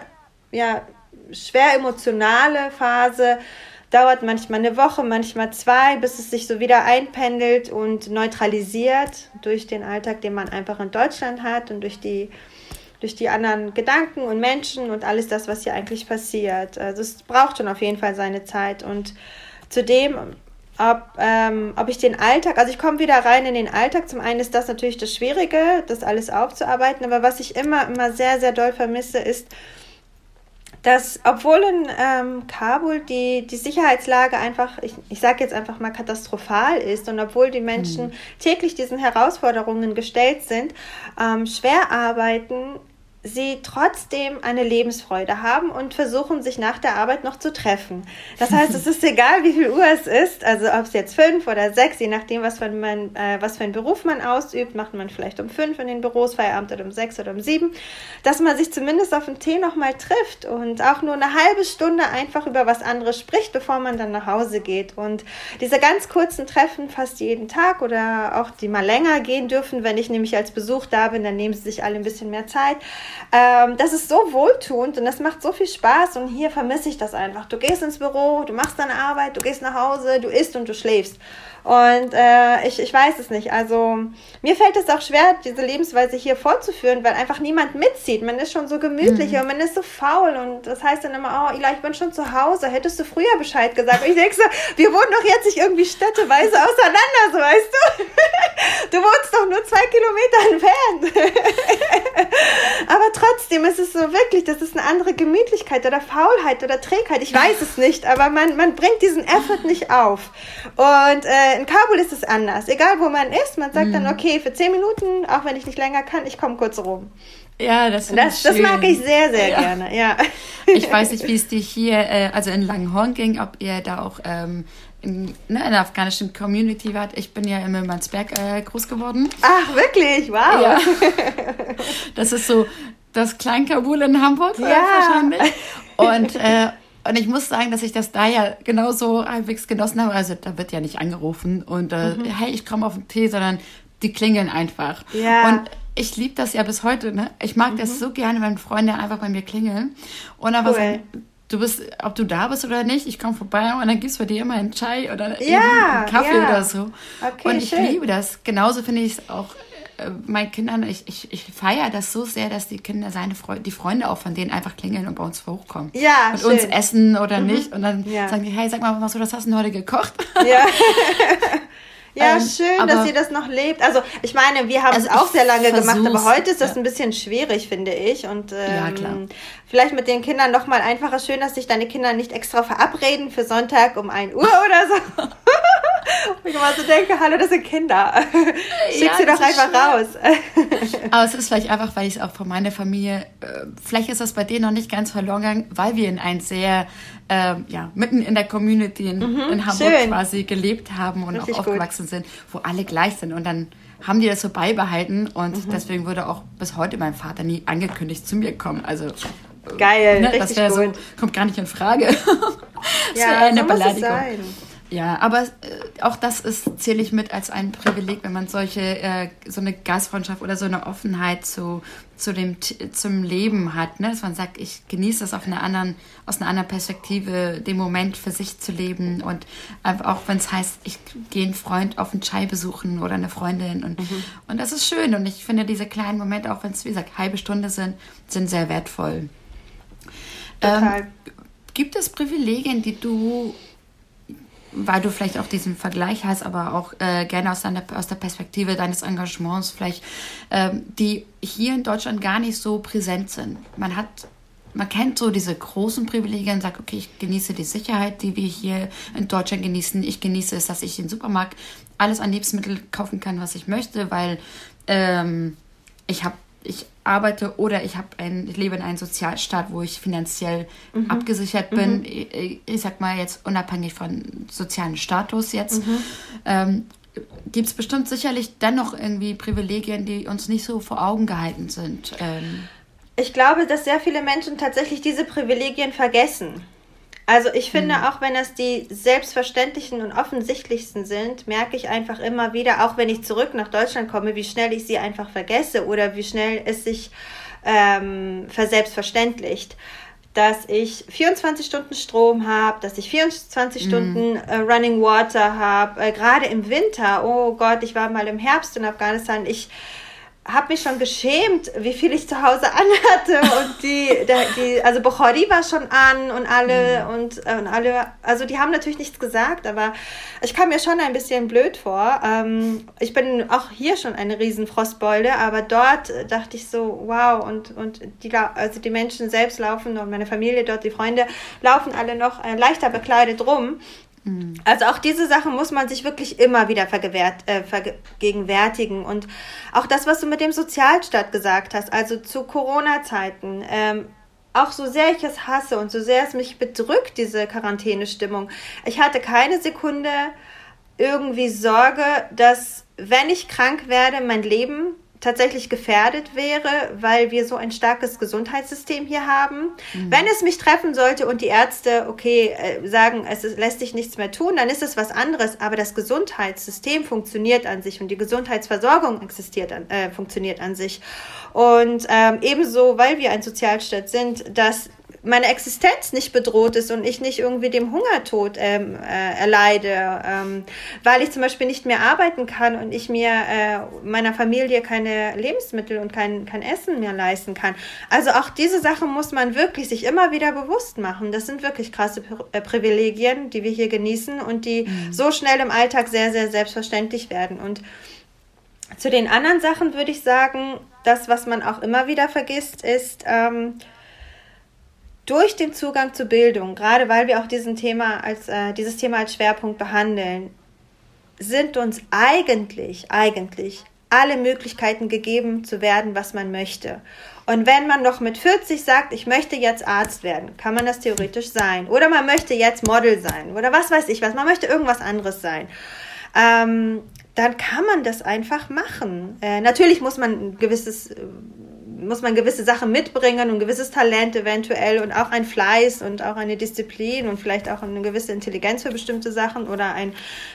Speaker 3: emotionale Phase. Dauert manchmal eine Woche, manchmal 2, bis es sich so wieder einpendelt und neutralisiert durch den Alltag, den man einfach in Deutschland hat und durch die anderen Gedanken und Menschen und alles das, was hier eigentlich passiert. Also es braucht schon auf jeden Fall seine Zeit. Und zudem, ob ich den Alltag, also ich komme wieder rein in den Alltag. Zum einen ist das natürlich das Schwierige, das alles aufzuarbeiten, aber was ich immer sehr, sehr doll vermisse, ist, dass, obwohl in Kabul die Sicherheitslage einfach, ich sage jetzt einfach mal katastrophal ist und obwohl die Menschen täglich diesen Herausforderungen gestellt sind, schwer arbeiten, sie trotzdem eine Lebensfreude haben und versuchen, sich nach der Arbeit noch zu treffen. Das heißt, es ist egal, wie viel Uhr es ist, also ob es jetzt 5 oder 6, je nachdem, was für einen Beruf man ausübt, macht man vielleicht um 5 in den Büros, Feierabend oder um 6 oder um 7, dass man sich zumindest auf den Tee nochmal trifft und auch nur eine halbe Stunde einfach über was anderes spricht, bevor man dann nach Hause geht. Und diese ganz kurzen Treffen fast jeden Tag oder auch die mal länger gehen dürfen, wenn ich nämlich als Besuch da bin, dann nehmen sie sich alle ein bisschen mehr Zeit. Das ist so wohltuend und das macht so viel Spaß und hier vermisse ich das einfach. Du gehst ins Büro, du machst deine Arbeit, du gehst nach Hause, du isst und du schläfst. Und ich weiß es nicht. Also mir fällt es auch schwer, diese Lebensweise hier fortzuführen, weil einfach niemand mitzieht. Man ist schon so gemütlich und man ist so faul und das heißt dann immer, oh Ila, ich bin schon zu Hause, hättest du früher Bescheid gesagt. Und ich denke so, wir wohnen doch jetzt nicht irgendwie städteweise auseinander, so weißt du. Du wohnst doch nur 2 Kilometer entfernt. Aber trotzdem ist es so wirklich, das ist eine andere Gemütlichkeit oder Faulheit oder Trägheit. Ich weiß es nicht, aber man bringt diesen Effort nicht auf. Und in Kabul ist es anders. Egal, wo man ist, man sagt dann, okay, für 10 Minuten, auch wenn ich nicht länger kann, ich komme kurz rum.
Speaker 2: Ja, das
Speaker 3: mag ich sehr, sehr gerne, ja.
Speaker 2: Ich weiß nicht, wie es dir hier, also in Langhorn ging, ob ihr da auch in der afghanischen Community wart. Ich bin ja in Mülmansberg groß geworden.
Speaker 3: Ach, wirklich? Wow. Ja.
Speaker 2: Das ist so das Klein-Kabul in Hamburg wahrscheinlich. Und ich muss sagen, dass ich das da ja genauso halbwegs genossen habe. Also da wird ja nicht angerufen und hey, ich komme auf den Tee, sondern die klingeln einfach.
Speaker 3: Ja.
Speaker 2: Und ich liebe das ja bis heute. Ne? Ich mag das so gerne, wenn Freunde einfach bei mir klingeln. Und aber sagen, ob du da bist oder nicht, ich komme vorbei und dann gibt es bei dir immer einen Chai oder einen Kaffee oder so.
Speaker 3: Okay,
Speaker 2: und ich liebe das. Genauso finde ich es auch meinen Kindern, ich feiere das so sehr, dass die Kinder die Freunde auch von denen einfach klingeln und bei uns hochkommen.
Speaker 3: Ja,
Speaker 2: und
Speaker 3: schön.
Speaker 2: uns essen oder nicht. Und dann sagen die, hey, sag mal, was hast du denn heute gekocht?
Speaker 3: Ja. Ja, schön, dass ihr das noch lebt. Also ich meine, wir haben es auch sehr lange gemacht, aber heute ist das ein bisschen schwierig, finde ich. Und
Speaker 2: ja, klar.
Speaker 3: Vielleicht mit den Kindern nochmal einfacher. Schön, dass sich deine Kinder nicht extra verabreden für Sonntag um 1 Uhr oder so. Und ich immer so denke, hallo, das sind Kinder. Schick sie doch einfach raus.
Speaker 2: Aber es ist vielleicht einfach, weil ich es auch von meiner Familie, vielleicht ist das bei denen noch nicht ganz verloren gegangen, weil wir in ein sehr, mitten in der Community in Hamburg quasi gelebt haben und richtig auch aufgewachsen sind, wo alle gleich sind. Und dann haben die das so beibehalten und deswegen würde auch bis heute mein Vater nie angekündigt zu mir kommen. Also
Speaker 3: geil, richtig
Speaker 2: das wäre so, kommt gar nicht in Frage. Das wäre eine Beleidigung. Muss es sein. Ja, aber auch das zähle ich mit als ein Privileg, wenn man so eine Gastfreundschaft oder so eine Offenheit zum Leben hat, ne? Dass man sagt, ich genieße das aus einer anderen Perspektive, den Moment für sich zu leben und einfach auch, wenn es heißt, ich gehe einen Freund auf einen Chai besuchen oder eine Freundin und das ist schön und ich finde diese kleinen Momente, auch wenn es, wie gesagt, halbe Stunde sind sehr wertvoll.
Speaker 3: Total.
Speaker 2: Gibt es Privilegien, die du, weil du vielleicht auch diesen Vergleich hast, aber auch gerne aus der Perspektive deines Engagements vielleicht, die hier in Deutschland gar nicht so präsent sind. Man kennt so diese großen Privilegien und sagt, okay, ich genieße die Sicherheit, die wir hier in Deutschland genießen. Ich genieße es, dass ich im Supermarkt alles an Lebensmitteln kaufen kann, was ich möchte, weil ich arbeite oder ich lebe in einem Sozialstaat, wo ich finanziell abgesichert bin. Ich sag mal jetzt unabhängig von sozialem Status jetzt. Gibt es bestimmt sicherlich dennoch irgendwie Privilegien, die uns nicht so vor Augen gehalten sind.
Speaker 3: Ich glaube, dass sehr viele Menschen tatsächlich diese Privilegien vergessen. Also ich finde, auch wenn das die selbstverständlichen und offensichtlichsten sind, merke ich einfach immer wieder, auch wenn ich zurück nach Deutschland komme, wie schnell ich sie einfach vergesse oder wie schnell es sich verselbstverständlicht. Dass ich 24 Stunden Strom habe, dass ich 24 Stunden Running Water habe, gerade im Winter. Oh Gott, ich war mal im Herbst in Afghanistan, ich habe mich schon geschämt, wie viel ich zu Hause anhatte und also Bukhari war schon an und alle und alle, also die haben natürlich nichts gesagt, aber ich kam mir schon ein bisschen blöd vor. Ich bin auch hier schon eine riesen Frostbeule, aber dort dachte ich so, wow, und die Menschen selbst laufen und meine Familie dort, die Freunde laufen alle noch leichter bekleidet rum. Also auch diese Sachen muss man sich wirklich immer wieder vergegenwärtigen. Und auch das, was du mit dem Sozialstaat gesagt hast, also zu Corona-Zeiten, auch so sehr ich es hasse und so sehr es mich bedrückt, diese Quarantänestimmung, ich hatte keine Sekunde irgendwie Sorge, dass, wenn ich krank werde, mein Leben tatsächlich gefährdet wäre, weil wir so ein starkes Gesundheitssystem hier haben. Wenn es mich treffen sollte und die Ärzte, sagen, lässt sich nichts mehr tun, dann ist es was anderes, aber das Gesundheitssystem funktioniert an sich und die Gesundheitsversorgung funktioniert an sich. Und ebenso, weil wir ein Sozialstaat sind, dass meine Existenz nicht bedroht ist und ich nicht irgendwie dem Hungertod erleide, weil ich zum Beispiel nicht mehr arbeiten kann und ich mir meiner Familie keine Lebensmittel und kein Essen mehr leisten kann. Also auch diese Sachen muss man wirklich sich immer wieder bewusst machen. Das sind wirklich krasse Privilegien, die wir hier genießen und die so schnell im Alltag sehr, sehr selbstverständlich werden. Und zu den anderen Sachen würde ich sagen, das, was man auch immer wieder vergisst, ist durch den Zugang zu Bildung, gerade weil wir auch dieses Thema als Schwerpunkt behandeln, sind uns eigentlich alle Möglichkeiten gegeben zu werden, was man möchte. Und wenn man noch mit 40 sagt, ich möchte jetzt Arzt werden, kann man das theoretisch sein. Oder man möchte jetzt Model sein oder was weiß ich was, man möchte irgendwas anderes sein. Dann kann man das einfach machen. Natürlich muss man gewisse Sachen mitbringen und ein gewisses Talent eventuell und auch ein Fleiß und auch eine Disziplin und vielleicht auch eine gewisse Intelligenz für bestimmte Sachen oder ein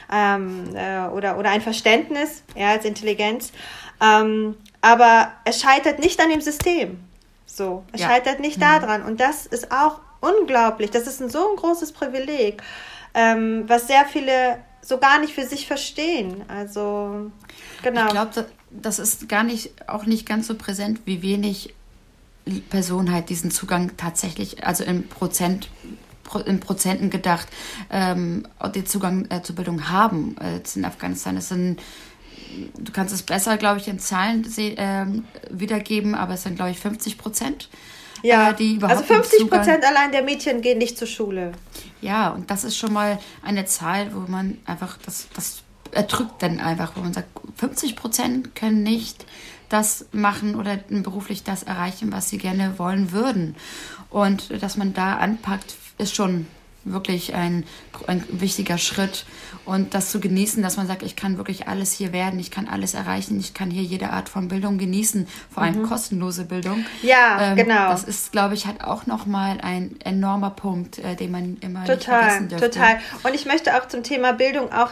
Speaker 3: Verständnis als Intelligenz. Aber es scheitert nicht an dem System. So, es scheitert nicht daran. Und das ist auch unglaublich. Das ist so ein großes Privileg, was sehr viele so gar nicht für sich verstehen. Also, genau.
Speaker 2: Ich glaube, das ist auch nicht ganz so präsent, wie wenig Personen halt diesen Zugang tatsächlich, also in Prozenten gedacht, den Zugang zur Bildung haben in Afghanistan. Du kannst es besser, glaube ich, in Zahlen wiedergeben, aber es sind, glaube ich, 50%.
Speaker 3: Ja, die überhaupt also 50% allein der Mädchen gehen nicht zur Schule.
Speaker 2: Ja, und das ist schon mal eine Zahl, wo man einfach, das erdrückt dann einfach, wo man sagt, 50% können nicht das machen oder beruflich das erreichen, was sie gerne wollen würden. Und dass man da anpackt, ist schon wirklich ein wichtiger Schritt. Und das zu genießen, dass man sagt, ich kann wirklich alles hier werden, ich kann alles erreichen, ich kann hier jede Art von Bildung genießen, vor allem kostenlose Bildung.
Speaker 3: Ja, genau.
Speaker 2: Das ist, glaube ich, halt auch nochmal ein enormer Punkt, den man immer nicht vergessen dürfte.
Speaker 3: Total. Und ich möchte auch zum Thema Bildung auch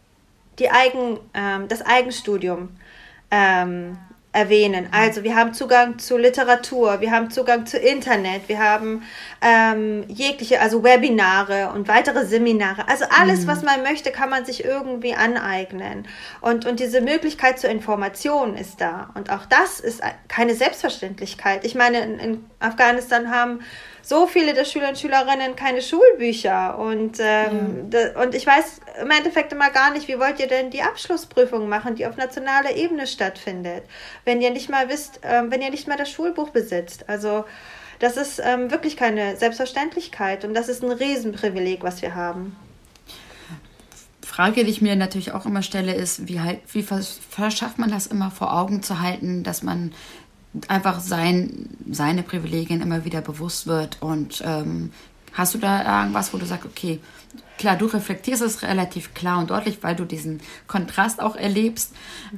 Speaker 3: das Eigenstudium erwähnen. Also wir haben Zugang zu Literatur, wir haben Zugang zu Internet, wir haben jegliche, also Webinare und weitere Seminare. Also alles, was man möchte, kann man sich irgendwie aneignen. Und diese Möglichkeit zur Information ist da. Und auch das ist keine Selbstverständlichkeit. Ich meine, in Afghanistan haben so viele der Schüler und Schülerinnen keine Schulbücher und ich weiß im Endeffekt immer gar nicht, wie wollt ihr denn die Abschlussprüfung machen, die auf nationaler Ebene stattfindet, wenn ihr nicht mal wenn ihr nicht mal das Schulbuch besitzt. Also das ist wirklich keine Selbstverständlichkeit und das ist ein Riesenprivileg, was wir haben.
Speaker 2: Frage, die ich mir natürlich auch immer stelle, ist, wie verschafft man das immer vor Augen zu halten, dass man einfach seine Privilegien immer wieder bewusst wird. Und hast du da irgendwas, wo du sagst, okay, klar, du reflektierst es relativ klar und deutlich, weil du diesen Kontrast auch erlebst.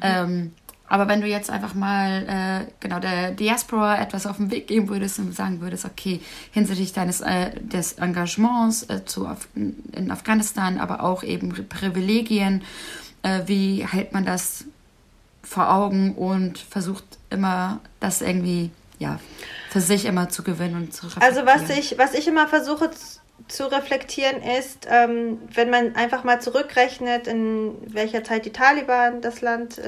Speaker 2: Aber wenn du jetzt einfach mal der Diaspora etwas auf den Weg geben würdest und sagen würdest, okay, hinsichtlich des Engagements in Afghanistan, aber auch eben Privilegien, wie hält man das vor Augen und versucht immer, das irgendwie für sich immer zu gewinnen und zu reflektieren.
Speaker 3: Also was ich immer versuche zu reflektieren ist, wenn man einfach mal zurückrechnet, in welcher Zeit die Taliban das Land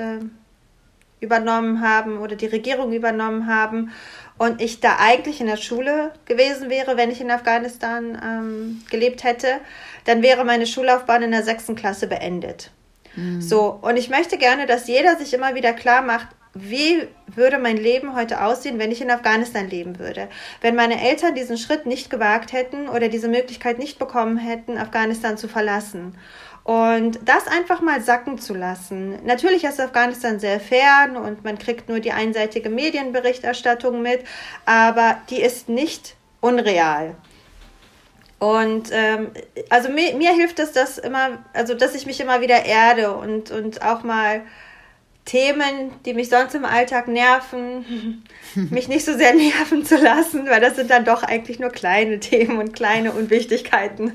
Speaker 3: übernommen haben oder die Regierung übernommen haben und ich da eigentlich in der Schule gewesen wäre, wenn ich in Afghanistan gelebt hätte, dann wäre meine Schullaufbahn in der 6. Klasse beendet. So, und ich möchte gerne, dass jeder sich immer wieder klar macht, wie würde mein Leben heute aussehen, wenn ich in Afghanistan leben würde? Wenn meine Eltern diesen Schritt nicht gewagt hätten oder diese Möglichkeit nicht bekommen hätten, Afghanistan zu verlassen. Und das einfach mal sacken zu lassen. Natürlich ist Afghanistan sehr fern und man kriegt nur die einseitige Medienberichterstattung mit, aber die ist nicht unreal. Und also mir hilft es, dass ich mich immer wieder erde und auch mal Themen, die mich sonst im Alltag nerven, mich nicht so sehr nerven zu lassen, weil das sind dann doch eigentlich nur kleine Themen und kleine Unwichtigkeiten.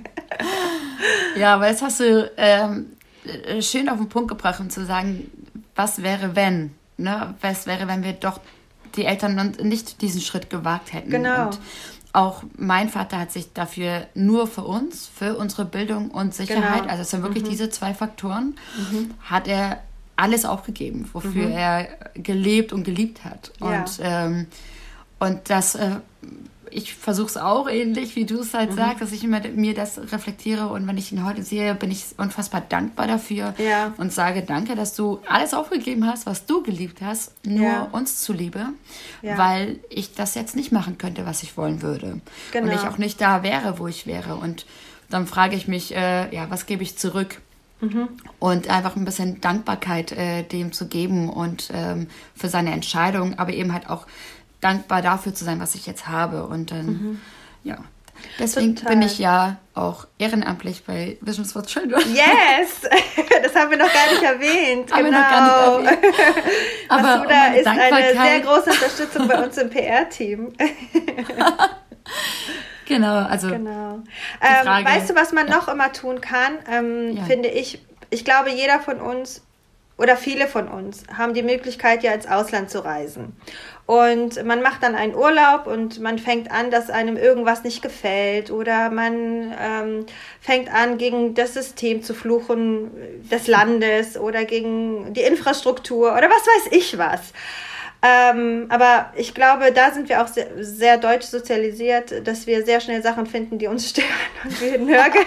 Speaker 2: Ja, aber jetzt hast du schön auf den Punkt gebracht, um zu sagen, was wäre, wenn? Ne? Was wäre, wenn wir doch die Eltern nicht diesen Schritt gewagt hätten?
Speaker 3: Genau.
Speaker 2: Und auch mein Vater hat sich dafür nur für uns, für unsere Bildung und Sicherheit, also es sind wirklich diese 2 Faktoren, hat er alles aufgegeben, wofür er gelebt und geliebt hat. Ja. Und das, ich versuche es auch ähnlich, wie du es halt sagst, dass ich immer mir das reflektiere und wenn ich ihn heute sehe, bin ich unfassbar dankbar dafür und sage danke, dass du alles aufgegeben hast, was du geliebt hast, nur uns zuliebe, weil ich das jetzt nicht machen könnte, was ich wollen würde. Genau. Und ich auch nicht da wäre, wo ich wäre. Und dann frage ich mich, was gebe ich zurück? Und einfach ein bisschen Dankbarkeit dem zu geben und für seine Entscheidung, aber eben halt auch dankbar dafür zu sein, was ich jetzt habe. Und dann, deswegen bin ich ja auch ehrenamtlich bei Visions for Children.
Speaker 3: Yes! Das haben wir noch gar nicht erwähnt.
Speaker 2: Haben wir noch gar nicht erwähnt. Aber
Speaker 3: Masuda ist eine sehr große Unterstützung bei uns im PR-Team.
Speaker 2: Genau, also
Speaker 3: weißt du, was man noch immer tun kann, finde ich. Ich glaube, jeder von uns oder viele von uns haben die Möglichkeit, ja ins Ausland zu reisen. Und man macht dann einen Urlaub und man fängt an, dass einem irgendwas nicht gefällt oder man fängt an, gegen das System zu fluchen des Landes oder gegen die Infrastruktur oder was weiß ich was. Aber ich glaube, da sind wir auch sehr, sehr deutsch sozialisiert, dass wir sehr schnell Sachen finden, die uns stören und wir nörgeln.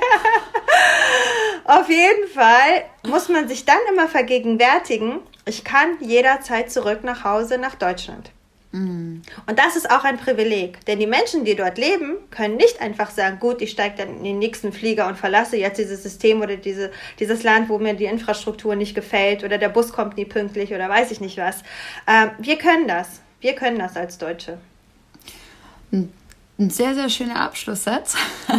Speaker 3: Auf jeden Fall muss man sich dann immer vergegenwärtigen, ich kann jederzeit zurück nach Hause, nach Deutschland. Und das ist auch ein Privileg, denn die Menschen, die dort leben, können nicht einfach sagen, gut, ich steige dann in den nächsten Flieger und verlasse jetzt dieses System oder dieses Land, wo mir die Infrastruktur nicht gefällt oder der Bus kommt nie pünktlich oder weiß ich nicht was. Wir können das als Deutsche.
Speaker 2: Ein sehr, sehr schöner Abschlusssatz.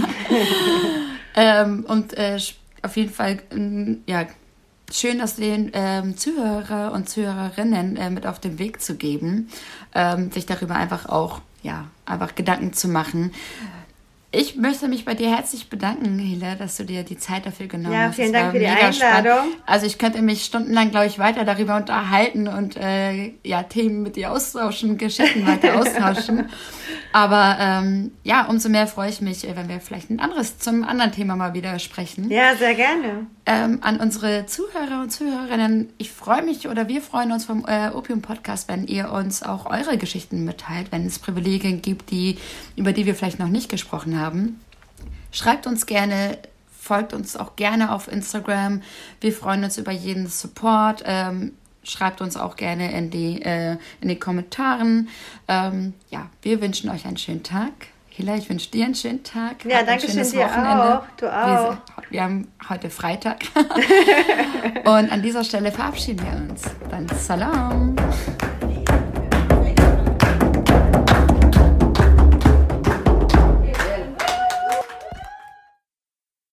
Speaker 2: Auf jeden Fall, ja, schön, das den Zuhörer und Zuhörerinnen mit auf den Weg zu geben, sich darüber einfach auch, ja, einfach Gedanken zu machen. Ich möchte mich bei dir herzlich bedanken, Hila, dass du dir die Zeit dafür genommen hast.
Speaker 3: Ja, vielen Dank für die Einladung.
Speaker 2: Spannend. Also ich könnte mich stundenlang, glaube ich, weiter darüber unterhalten und Themen mit dir austauschen, Geschichten weiter austauschen. Aber ja, umso mehr freue ich mich, wenn wir vielleicht zum anderen Thema mal wieder sprechen.
Speaker 3: Ja, sehr gerne.
Speaker 2: An unsere Zuhörer und Zuhörerinnen, wir freuen uns vom Opium Podcast, wenn ihr uns auch eure Geschichten mitteilt, wenn es Privilegien gibt, über die wir vielleicht noch nicht gesprochen haben. Schreibt uns gerne, folgt uns auch gerne auf Instagram. Wir freuen uns über jeden Support. Schreibt uns auch gerne in die Kommentaren. Wir wünschen euch einen schönen Tag. Hila, ich wünsche dir einen schönen Tag.
Speaker 3: Ja, danke schön dir auch. Du auch.
Speaker 2: Wir haben heute Freitag. Und an dieser Stelle verabschieden wir uns. Dann Salam.